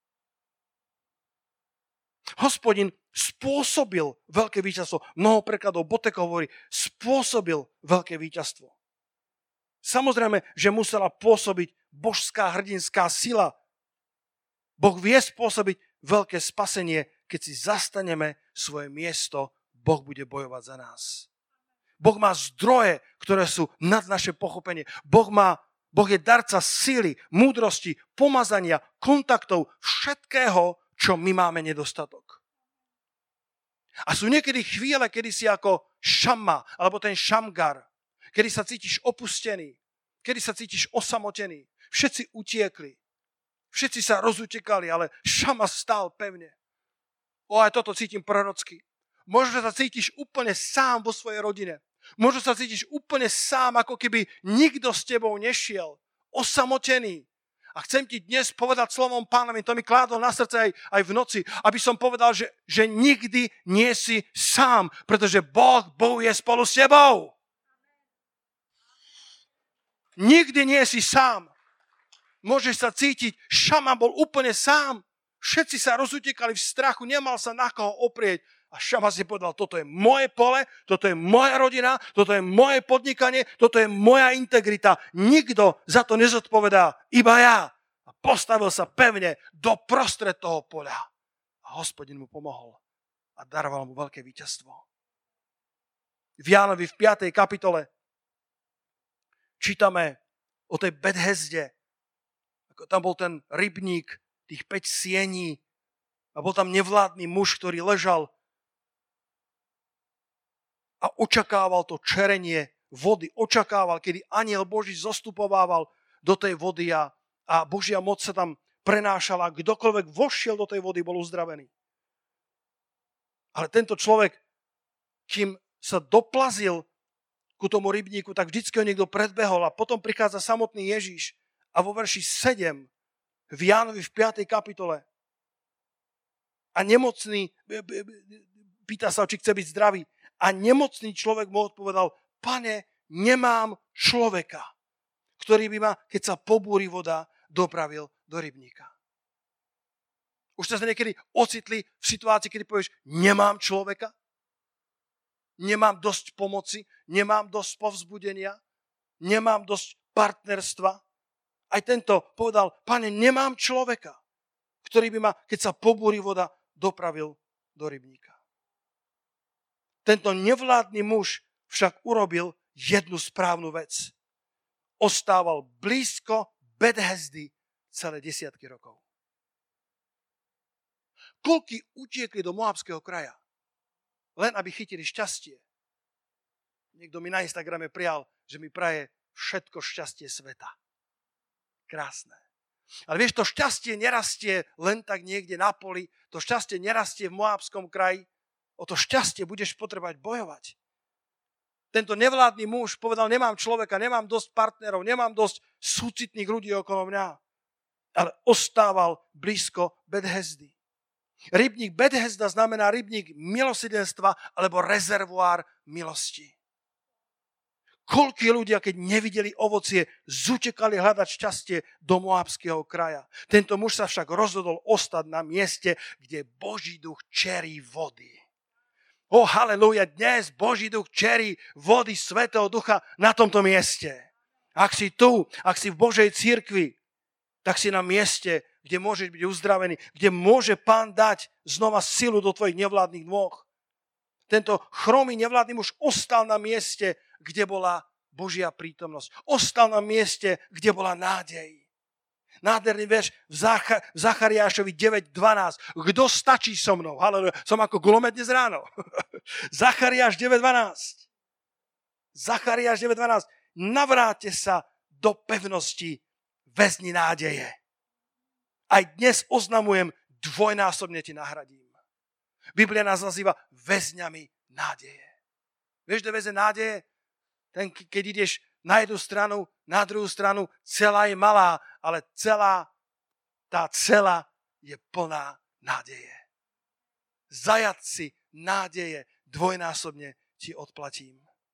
Hospodin spôsobil veľké víťazstvo. Mnoho prekladov Botekov hovorí, spôsobil veľké víťazstvo. Samozrejme, že musela pôsobiť božská hrdinská sila. Boh vie spôsobiť veľké spasenie, keď si zastaneme svoje miesto, Boh bude bojovať za nás. Boh má zdroje, ktoré sú nad naše pochopenie. Boh má, Boh je darca síly, múdrosti, pomazania, kontaktov, všetkého, čo my máme nedostatok. A sú niekedy chvíle, kedy si ako Šamma, alebo ten Šamgar, kedy sa cítiš opustený, kedy sa cítiš osamotený. Všetci utiekli, všetci sa rozutekali, ale Šamma stál pevne. O, aj toto cítim prorocky. Možno sa cítiš úplne sám vo svojej rodine. Možno sa cítiš úplne sám, ako keby nikto s tebou nešiel. Osamotený. A chcem ti dnes povedať slovom Pánovi, to mi kládol na srdce aj, aj v noci, aby som povedal, že, že nikdy nie si sám, pretože Boh bojuje spolu s tebou. Nikdy nie si sám. Môžeš sa cítiť, Šama bol úplne sám. Všetci sa rozutekali v strachu, nemal sa na koho oprieť. A Šama si povedal, toto je moje pole, toto je moja rodina, toto je moje podnikanie, toto je moja integrita. Nikto za to nezodpovedá, iba ja. A postavil sa pevne do prostred toho poľa. A Hospodin mu pomohol a daroval mu veľké víťazstvo. V Jánovi v piatej kapitole čítame o tej Bethesde. Ako tam bol ten rybník, tých päť siení a bol tam nevládny muž, ktorý ležal a očakával to čerenie vody. Očakával, kedy anjel Boží zostupovával do tej vody a, a Božia moc sa tam prenášala. Kdokoľvek vošiel do tej vody, bol uzdravený. Ale tento človek, kým sa doplazil ku tomu rybníku, tak vždycky ho niekto predbehol a potom prichádza samotný Ježíš a vo verši sedem v Jánovi v piatej kapitole a nemocný pýta sa, či chce byť zdravý. A nemocný človek mu odpovedal, Pane, nemám človeka, ktorý by ma, keď sa pobúri voda, dopravil do rybníka. Už ste sa niekedy ocitli v situácii, kedy povieš, nemám človeka, nemám dosť pomoci, nemám dosť povzbudenia, nemám dosť partnerstva. Aj tento povedal, Pane, nemám človeka, ktorý by ma, keď sa pobúri voda, dopravil do rybníka. Tento nevládny muž však urobil jednu správnu vec. Ostával blízko Bethesdy celé desiatky rokov. Koľky utiekli do Moabského kraja, len aby chytili šťastie. Niekto mi na Instagrame prijal, že mi praje všetko šťastie sveta. Krásne. Ale vieš, to šťastie nerastie len tak niekde na poli, to šťastie nerastie v Moabskom kraji, o to šťastie budeš potrebovať bojovať. Tento nevládny muž povedal, nemám človeka, nemám dosť partnerov, nemám dosť súcitných ľudí okolo mňa. Ale ostával blízko Bethesdy. Rybník Bethesda znamená rybník milosrdenstva alebo rezervoár milosti. Koľkí ľudia, keď nevideli ovocie, zutekali hľadať šťastie do Moabského kraja. Tento muž sa však rozhodol ostať na mieste, kde Boží duch čerí vody. O, halelúja, dnes Boží duch čerí vody Svätého Ducha na tomto mieste. Ak si tu, ak si v Božej cirkvi, tak si na mieste, kde môžeš byť uzdravený, kde môže Pán dať znova silu do tvojich nevládnych nôh. Tento chromý nevládny muž ostal na mieste, kde bola Božia prítomnosť. Ostal na mieste, kde bola nádej. Nádherný verš v, Zach- v Zachariášovi deväť dvanásť. Kto stačí so mnou? Haleluja. Som ako gulomet dnes ráno. Zachariáš deväť dvanásť. Zachariáš deväť dvanásť. Navráte sa do pevnosti väzni nádeje. Aj dnes oznamujem, dvojnásobne ti nahradím. Biblia nás nazýva väzňami nádeje. Vieš, kde väzeň nádeje? Ten, keď ideš na jednu stranu, na druhú stranu, celá je malá, ale celá, tá celá je plná nádeje. Zajatci nádeje dvojnásobne ti odplatím.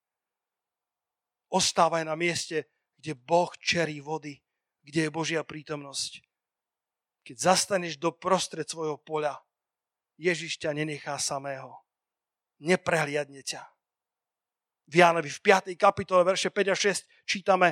Ostávaj na mieste, kde Boh čerí vody, kde je Božia prítomnosť. Keď zastaneš do prostred svojho poľa, Ježiš ťa nenechá samého. Neprehliadne ťa. V Jánovi v piatej kapitole, verše päť a šesť čítame,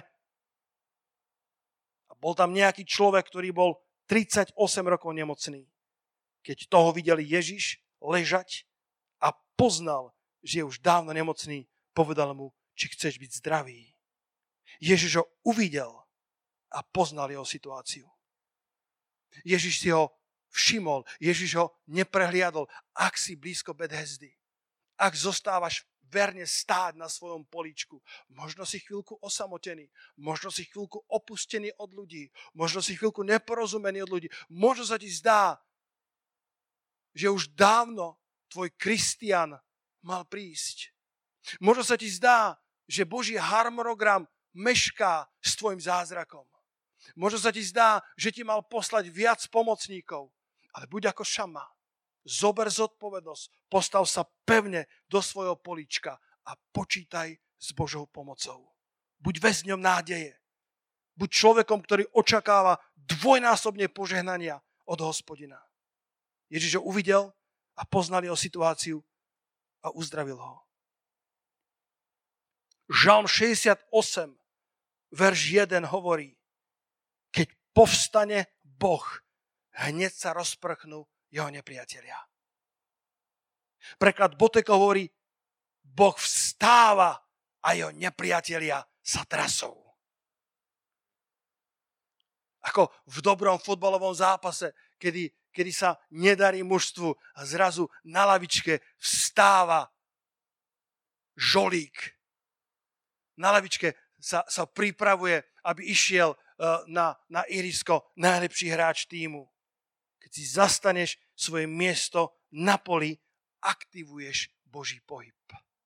a bol tam nejaký človek, ktorý bol tridsaťosem rokov nemocný. Keď toho videli Ježiš ležať a poznal, že je už dávno nemocný, povedal mu, či chceš byť zdravý. Ježiš ho uvidel a poznal jeho situáciu. Ježiš si ho všimol, Ježiš ho neprehliadol. Ak si blízko Bethesdy, ak zostávaš verne stáť na svojom políčku, možno si chvíľku osamotený, možno si chvíľku opustený od ľudí, možno si chvíľku neporozumený od ľudí, možno sa ti zdá, že už dávno tvoj Kristián mal prísť. Možno sa ti zdá, že Boží harmonogram mešká s tvojim zázrakom. Možno sa ti zdá, že ti mal poslať viac pomocníkov, ale buď ako Šama. Zober zodpovednosť, postav sa pevne do svojho políčka a počítaj s Božou pomocou. Buď väzňom nádeje. Buď človekom, ktorý očakáva dvojnásobne požehnania od Hospodina. Ježiš ho uvidel a poznal jeho situáciu a uzdravil ho. Žalm šesťdesiatosem, verš jeden hovorí, keď povstane Boh, hneď sa rozprchnú jeho nepriatelia. Preklad Boteko hovorí, Boh vstáva a jeho nepriatelia sa trasou. Ako v dobrom futbalovom zápase, kedy, kedy sa nedarí mužstvu a zrazu na lavičke vstáva žolík. Na lavičke sa, sa pripravuje, aby išiel uh, na, na ihrisko najlepší hráč tímu. Keď si zastaneš svoje miesto na poli, aktivuješ Boží pohyb.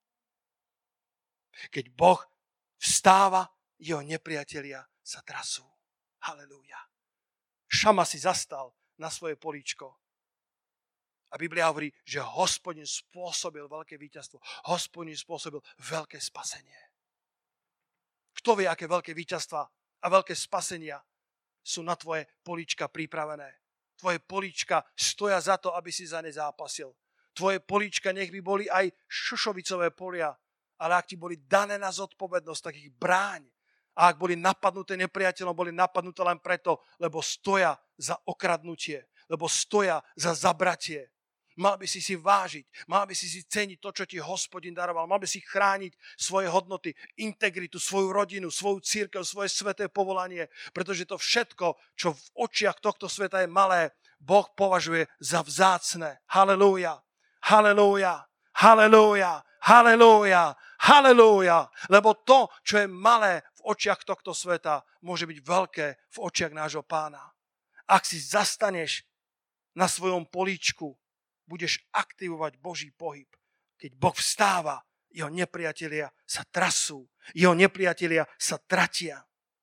Keď Boh vstáva, jeho nepriatelia sa trasú. Halelúja. Šama si zastal na svoje políčko. A Biblia hovorí, že Hospodin spôsobil veľké víťazstvo. Hospodin spôsobil veľké spasenie. Kto vie, aké veľké víťazstva a veľké spasenia sú na tvoje políčka pripravené. Tvoje políčka stoja za to, aby si za ne zápasil. Tvoje políčka nech by boli aj šošovicové polia, ale ak ti boli dané na zodpovednosť, tak ich bráň. A ak boli napadnuté nepriateľom, boli napadnuté len preto, lebo stoja za okradnutie, lebo stoja za zabratie. Mal by si si vážiť, mal by si si ceniť to, čo ti Hospodin daroval, mal by si chrániť svoje hodnoty, integritu, svoju rodinu, svoju cirkev, svoje sveté povolanie, pretože to všetko, čo v očiach tohto sveta je malé, Boh považuje za vzácne. Halelúja, halelúja, halelúja, halelúja, halelúja, lebo to, čo je malé v očiach tohto sveta, môže byť veľké v očiach nášho Pána. Ak si zastaneš na svojom políčku, budeš aktivovať Boží pohyb. Keď Boh vstáva, jeho nepriatelia sa trasú, jeho nepriatelia sa tratia.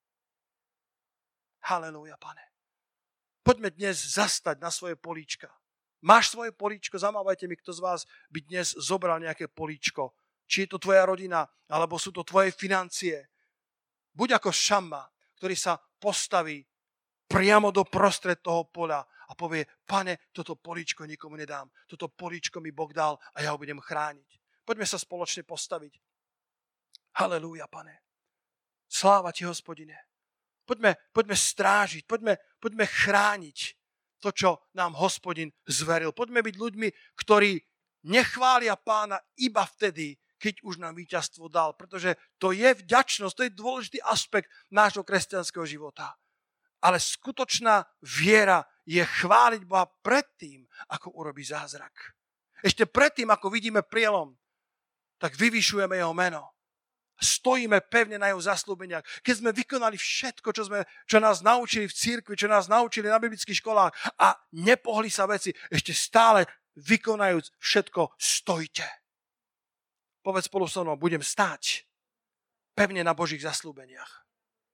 Halelúja, Pane. Poďme dnes zastať na svoje políčka. Máš svoje políčko? Zamávajte mi, kto z vás by dnes zobral nejaké políčko. Či je to tvoja rodina, alebo sú to tvoje financie. Buď ako Šama, ktorý sa postaví priamo do prostred toho poľa a povie, Pane, toto políčko nikomu nedám. Toto políčko mi Boh dal a ja ho budem chrániť. Poďme sa spoločne postaviť. Halelúja, Pane. Sláva ti, Hospodine. Poďme, poďme strážiť, poďme, poďme chrániť to, čo nám Hospodin zveril. Poďme byť ľuďmi, ktorí nechvália Pána iba vtedy, keď už nám víťazstvo dal. Pretože to je vďačnosť, to je dôležitý aspekt nášho kresťanského života. Ale skutočná viera je chváliť Boha predtým, ako urobí zázrak. Ešte predtým, ako vidíme prielom, tak vyvyšujeme jeho meno. Stojíme pevne na jeho zasľúbeniach. Keď sme vykonali všetko, čo, sme, čo nás naučili v cirkvi, čo nás naučili na biblických školách a nepohli sa veci, ešte stále vykonajúc všetko, stojte. Povedz spolu so mnou, budem stáť pevne na Božích zasľúbeniach.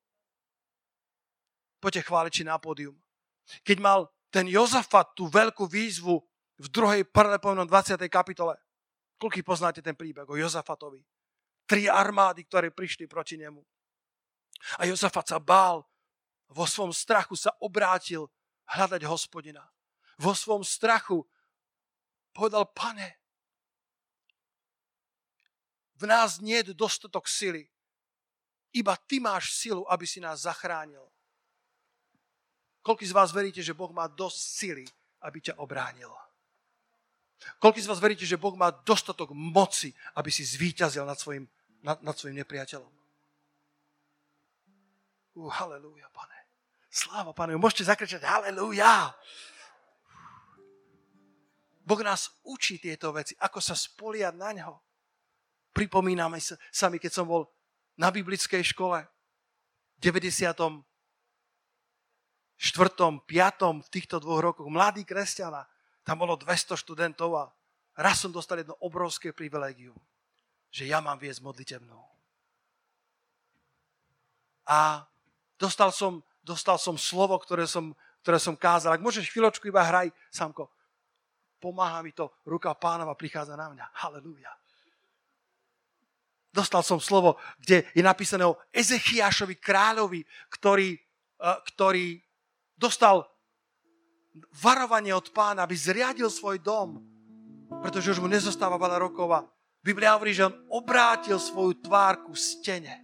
Poďte chváliči na pódium. Keď mal ten Jozafat tú veľkú výzvu v druhej Paralipovinom dvadsiatej kapitole, koľký poznáte ten príbeh o Jozafatovi? Tri armády, ktoré prišli proti nemu. A Jozafat sa bál, vo svom strachu sa obrátil hľadať Hospodina. Vo svom strachu povedal, Pane, v nás nie je dostatok sily. Iba ty máš silu, aby si nás zachránil. Koľký z vás veríte, že Boh má dosť sily, aby ťa obránil? Koľký z vás veríte, že Boh má dostatok moci, aby si zvíťazil nad svojim, nad, nad svojim nepriateľom? Uh, halelúja, Pane. Sláva, Pane. Môžete zakričať halelúja. Boh nás učí tieto veci, ako sa spoliať na ňo. Pripomíname sa sami, keď som bol na biblickej škole v deväťdesiatom štvrtom, piatom v týchto dvoch rokoch, mladí kresťana, tam bolo dvesto študentov a raz som dostal jedno obrovské privilégium, že ja mám viesť modlitebnú. A dostal som, dostal som slovo, ktoré som, ktoré som kázal. Ak môžeš chvíľočku iba hraj, Samko, pomáha mi to, ruka Pánova prichádza na mňa. Halelúja. Dostal som slovo, kde je napísané o Ezechiášovi kráľovi, ktorý, ktorý dostal varovanie od Pána, aby zriadil svoj dom, pretože už mu nezostáva veľa rokov a Biblia hovorí, že on obrátil svoju tvár ku stene.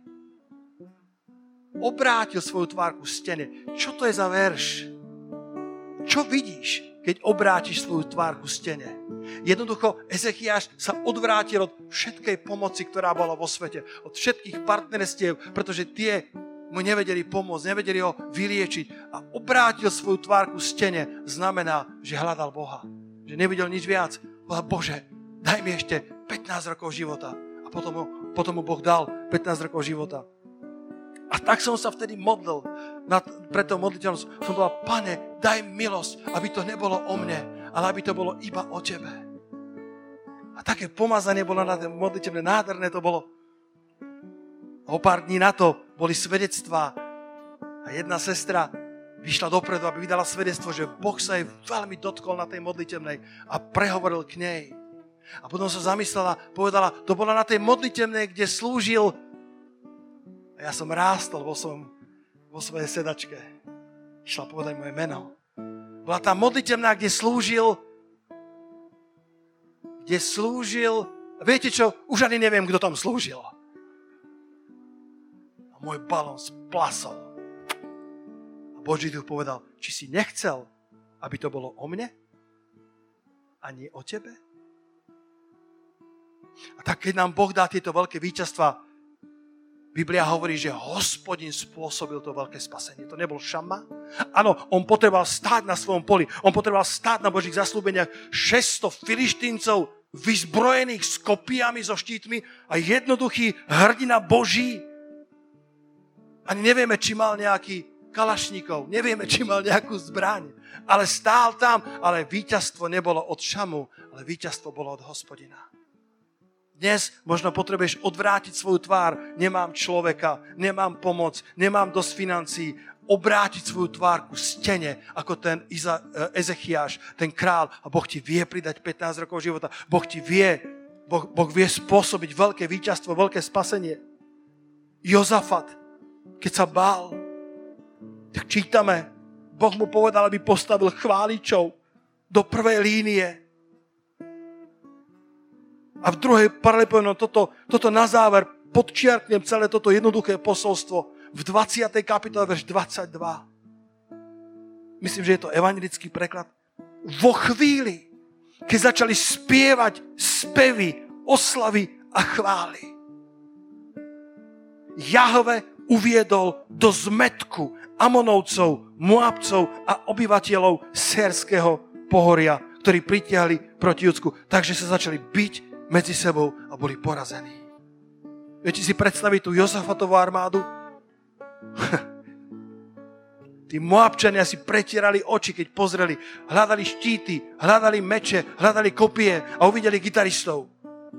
Obrátil svoju tvár ku stene. Čo to je za verš? Čo vidíš, keď obrátiš svoju tvár ku stene? Jednoducho Ezechiáš sa odvrátil od všetkej pomoci, ktorá bola vo svete, od všetkých partnerstiev, pretože tie mu nevedeli pomôcť, nevedeli ho vyliečiť a obrátil svoju tvár ku stene, znamená, že hľadal Boha. Že nevidel nič viac. Povedal, Bože, daj mi ešte pätnásť rokov života. A potom mu, potom mu Boh dal pätnásť rokov života. A tak som sa vtedy modlil nad, pred tou modliteľnosť. Som povedal, Pane, daj milosť, aby to nebolo o mne, ale aby to bolo iba o Tebe. A také pomazanie bolo na tom modliteľné, nádherné to bolo. A o pár dní na to boli svedectvá a jedna sestra vyšla dopredu, aby vydala svedectvo, že Boh sa jej veľmi dotkol na tej modlitebnej a prehovoril k nej. A potom sa zamyslela, povedala, to bola na tej modlitebnej, kde slúžil. A ja som rástol vo, svojom, vo svojej sedačke. Išla povedať moje meno. Bola tá modlitebná, kde slúžil, kde slúžil, a viete čo, už ani neviem, kto tam slúžil. A môj balón splasol. A Boží duch povedal, či si nechcel, aby to bolo o mne? A nie o tebe? A tak, keď nám Boh dá tieto veľké víťazstva, Biblia hovorí, že Hospodin spôsobil to veľké spasenie. To nebol Šamma. Áno, on potreboval stáť na svojom poli. On potreboval stáť na Božích zaslúbeniach. šesťsto filištíncov vyzbrojených s kopiami, so štítmi a jednoduchý hrdina Boží. Ani nevieme, či mal nejaký kalašníkov, nevieme, či mal nejakú zbraň, ale stál tam, ale víťazstvo nebolo od Šamu, ale víťazstvo bolo od Hospodina. Dnes možno potrebuješ odvrátiť svoju tvár, nemám človeka, nemám pomoc, nemám dosť financií, obrátiť svoju tvár ku stene, ako ten Iza, Ezechiáš, ten král, a Boh ti vie pridať pätnásť rokov života, Boh ti vie, boh, boh vie spôsobiť veľké víťazstvo, veľké spasenie. Jozafat, keď sa bál, tak čítame, Boh mu povedal, aby postavil chváličov do prvej línie. A v druhej Paralipovinom toto, toto na záver podčiarknem celé toto jednoduché posolstvo v dvadsiatej kapitole, verš dvadsaťdva. Myslím, že je to evanjelický preklad. Vo chvíli, keď začali spievať spevy, oslavy a chvály, Jahve uviedol do zmätku Amonovcov, Moabcov a obyvateľov Sérského pohoria, ktorí pritiahli proti Judsku. Takže sa začali byť medzi sebou a boli porazení. Viete si predstaviť tú Jozafatovú armádu? Tí Moabčania si pretierali oči, keď pozreli. Hľadali štíty, hľadali meče, hľadali kopie a uvideli gitaristov.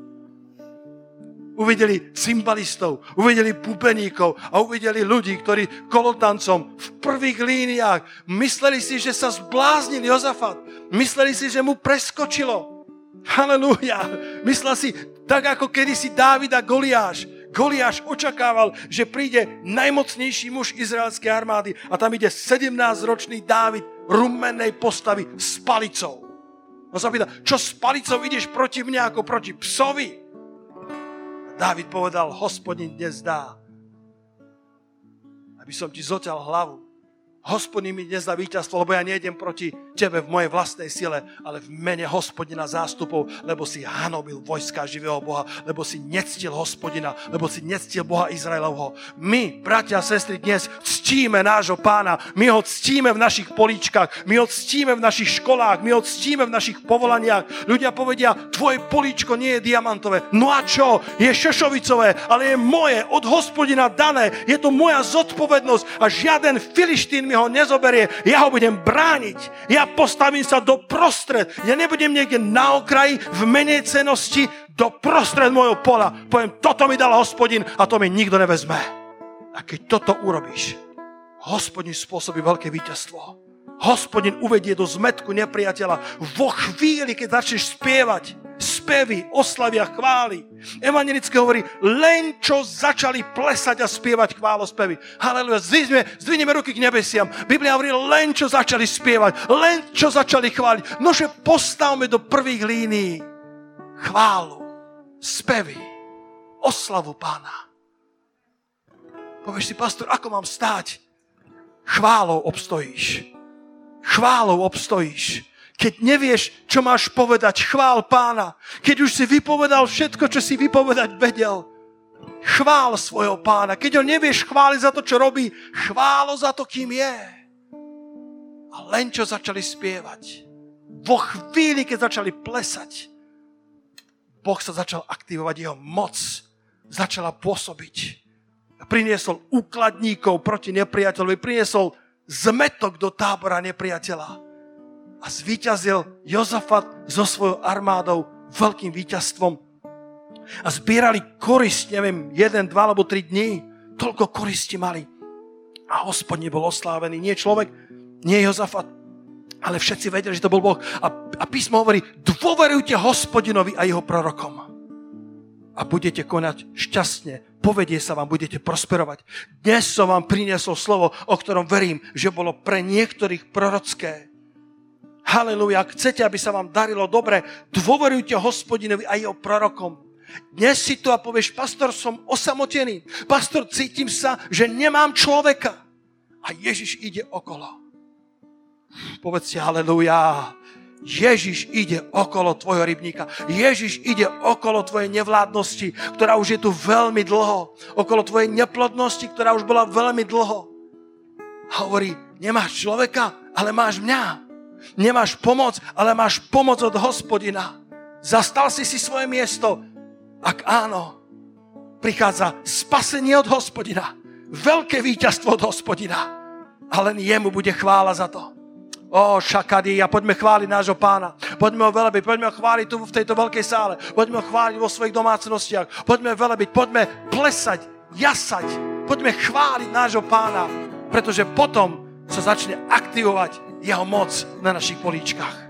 Uvideli cymbalistov, uvideli pupeníkov a uvideli ľudí, ktorí kolotancom v prvých líniách mysleli si, že sa zbláznil Jozafat. Mysleli si, že mu preskočilo. Halelúja. Myslel si, tak ako kedysi Dávid a Goliáš. Goliáš očakával, že príde najmocnejší muž izraelskej armády a tam ide sedemnásťročný Dávid rumennej postavy s palicou. On sa pýta, čo s palicou ideš proti mne ako proti psovi? Dávid povedal, Hospodin dnes dá, aby som ti zoťal hlavu. Hospodin mi dnes dá víťazstvo, lebo ja nejdem proti tebe v mojej vlastnej sile, ale v mene Hospodina zástupov, lebo si hanobil vojska živého Boha, lebo si nectil Hospodina, lebo si nectil Boha Izraelovho. My, bratia a sestry, dnes ctíme nášho Pána, my ho ctíme v našich políčkach, my ho ctíme v našich školách, my ho ctíme v našich povolaniach. Ľudia povedia, tvoje políčko nie je diamantové. No a čo? Je šošovicové, ale je moje, od Hospodina dané. Je to moja zodpovednosť a žiaden Filištín mi ho nezoberie. Ja ho budem brániť. Ja postavím sa do prostred. Ja nebudem niekde na okraji v menej cenosti do prostred môjho pola. Poviem, toto mi dal Hospodin a to mi nikto nevezme. A keď toto urobíš, Hospodin spôsobí veľké víťazstvo. Hospodin uvedie do zmätku nepriateľa. Vo chvíli, keď začneš spievať spevy, oslavy a chvály. Evanjelické hovorí, len čo začali plesať a spievať chválospevy. Haleluja, zdvihneme, zdvihneme ruky k nebesiam. Biblia hovorí, len čo začali spievať, len čo začali chváliť. Nože postavme do prvých línií chválu, spevy, oslavu Pána. Povieš si, pastor, ako mám stáť? Chválou obstojíš. Chválou obstojíš. Keď nevieš, čo máš povedať, chvál Pána. Keď už si vypovedal všetko, čo si vypovedať vedel, chvál svojho Pána. Keď ho nevieš chváliť za to, čo robí, chválo za to, kým je. A len čo začali spievať, vo chvíli, keď začali plesať, Boh sa začal aktivovať, jeho moc začala pôsobiť. Priniesol úkladníkov proti nepriateľovi, priniesol zmetok do tábora nepriateľa. A zvíťazil Jozafat so svojou armádou veľkým víťazstvom. A zbierali korisť, neviem, jeden, dva alebo tri dní. Toľko koristi mali. A Hospodin bol oslávený. Nie človek, nie Jozafat, ale všetci vedeli, že to bol Boh. A, a písmo hovorí, dôverujte Hospodinovi a jeho prorokom. A budete konať šťastne. Povedie sa vám, budete prosperovať. Dnes som vám priniesol slovo, o ktorom verím, že bolo pre niektorých prorocké. Halelúja, ak chcete, aby sa vám darilo dobre, dôverujte Hospodinovi a jeho prorokom. Dnes si tu a povieš, pastor, som osamotený. Pastor, cítim sa, že nemám človeka. A Ježiš ide okolo. Povedzte halelúja. Ježiš ide okolo tvojho rybníka. Ježiš ide okolo tvojej nevládnosti, ktorá už je tu veľmi dlho. Okolo tvojej neplodnosti, ktorá už bola veľmi dlho. A hovorí, nemáš človeka, ale máš mňa. Nemáš pomoc, ale máš pomoc od Hospodina. Zastal si si svoje miesto. Ak áno, prichádza spasenie od Hospodina. Veľké víťazstvo od Hospodina. A len jemu bude chvála za to. Ó, šakady, a poďme chváliť nášho Pána. Poďme ho velebiť, poďme ho chváliť tu v tejto veľkej sále. Poďme ho chváliť vo svojich domácnostiach. Poďme ho velebiť, poďme plesať, jasať. Poďme chváliť nášho Pána. Pretože potom sa začne aktivovať jeho moc na našich políčkach.